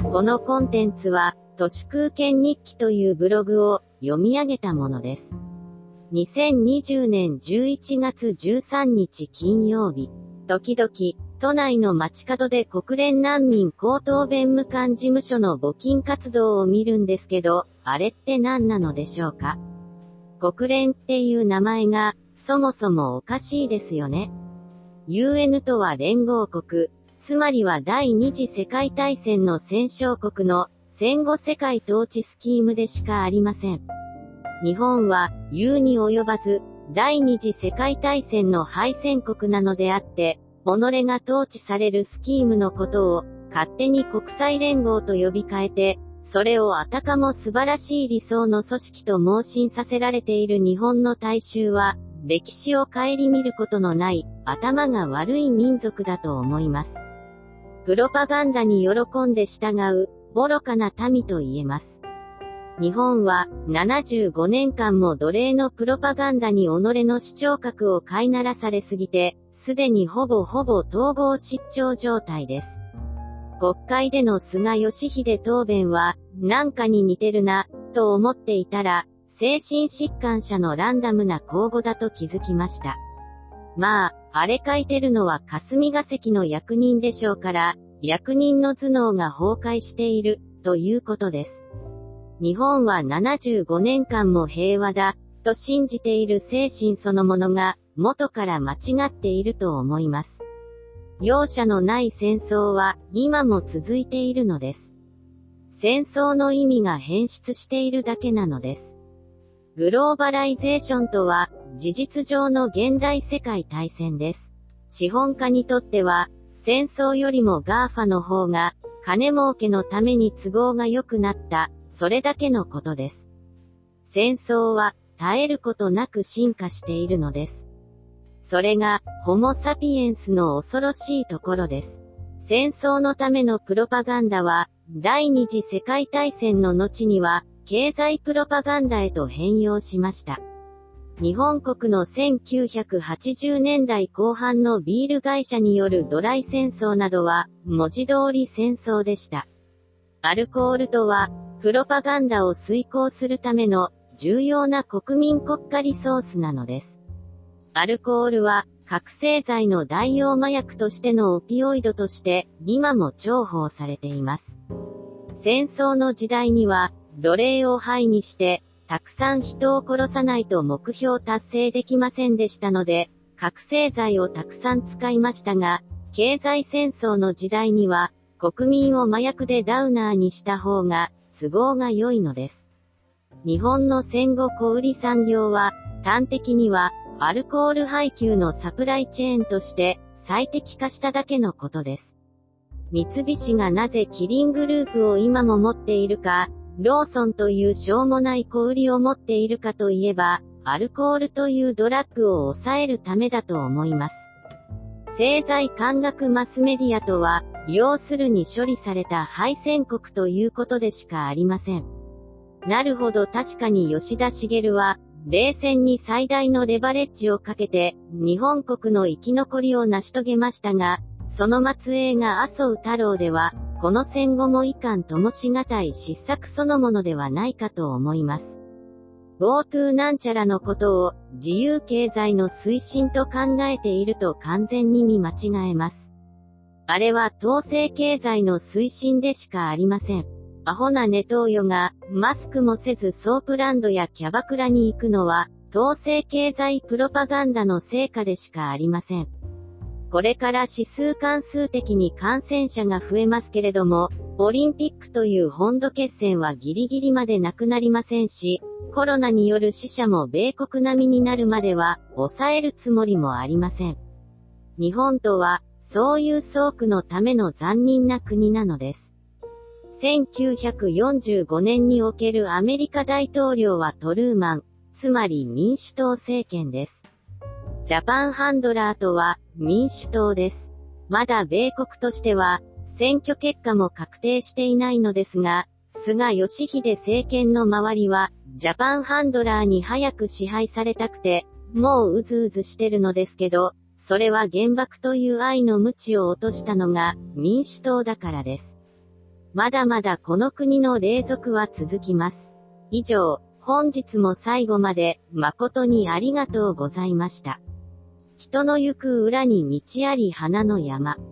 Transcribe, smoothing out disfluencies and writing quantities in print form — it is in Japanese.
このコンテンツは、都市空間日記というブログを読み上げたものです。2020年11月13日金曜日、時々、都内の街角で国連難民高等弁務官事務所の募金活動を見るんですけど、あれって何なのでしょうか？国連っていう名前が、そもそもおかしいですよね。UN とは連合国、つまりは第二次世界大戦の戦勝国の戦後世界統治スキームでしかありません。日本は、言うに及ばず、第二次世界大戦の敗戦国なのであって、己が統治されるスキームのことを、勝手に国際連合と呼び替えて、それをあたかも素晴らしい理想の組織と盲信させられている日本の大衆は、歴史を顧みることのない、頭が悪い民族だと思います。プロパガンダに喜んで従う、愚かな民と言えます。日本は、75年間も奴隷のプロパガンダに己の視聴覚を飼いならされすぎて、すでにほぼ統合失調状態です。国会での菅義偉答弁は、なんかに似てるな、と思っていたら、精神疾患者のランダムな口語だと気づきました。まあ、あれ書いてるのは霞が関の役人でしょうから、役人の頭脳が崩壊している、ということです。日本は75年間も平和だ、と信じている精神そのものが、元から間違っていると思います。容赦のない戦争は、今も続いているのです。戦争の意味が変質しているだけなのです。グローバライゼーションとは、事実上の現代世界大戦です。資本家にとっては、戦争よりもGAFAの方が、金儲けのために都合が良くなった、それだけのことです。戦争は、絶えることなく進化しているのです。それが、ホモ・サピエンスの恐ろしいところです。戦争のためのプロパガンダは、第二次世界大戦の後には、経済プロパガンダへと変容しました。日本国の1980年代後半のビール会社によるドライ戦争などは、文字通り戦争でした。アルコールとは、プロパガンダを遂行するための重要な国民国家リソースなのです。アルコールは、覚醒剤の代用麻薬としてのオピオイドとして、今も重宝されています。戦争の時代には、奴隷を灰にして、たくさん人を殺さないと目標達成できませんでしたので、覚醒剤をたくさん使いましたが、経済戦争の時代には、国民を麻薬でダウナーにした方が、都合が良いのです。日本の戦後小売産業は、端的には、アルコール配給のサプライチェーンとして最適化しただけのことです。三菱がなぜキリングループを今も持っているか、ローソンというしょうもない小売りを持っているかといえば、アルコールというドラッグを抑えるためだと思います。政財官学マスメディアとは、要するに処理された敗戦国ということでしかありません。なるほど、確かに吉田茂は、冷戦に最大のレバレッジをかけて、日本国の生き残りを成し遂げましたが、その末裔が麻生太郎では、この戦後も遺憾ともしがたい失策そのものではないかと思います。GoTo なんちゃらのことを、自由経済の推進と考えていると完全に見間違えます。あれは統制経済の推進でしかありません。アホなネトウヨが、マスクもせずソープランドやキャバクラに行くのは、統制経済プロパガンダの成果でしかありません。これから指数関数的に感染者が増えますけれども、オリンピックという本土決戦はギリギリまでなくなりませんし、コロナによる死者も米国並みになるまでは、抑えるつもりもありません。日本とは、そういう総苦のための残忍な国なのです。1945年におけるアメリカ大統領はトルーマン、つまり民主党政権です。ジャパンハンドラーとは民主党です。まだ米国としては選挙結果も確定していないのですが、菅義偉政権の周りはジャパンハンドラーに早く支配されたくて、もううずうずしてるのですけど、それは原爆という愛の鞭を落としたのが民主党だからです。 まだまだこの国の隷属は続きます。以上、本日も最後まで誠にありがとうございました。人の行く裏に道あり花の山。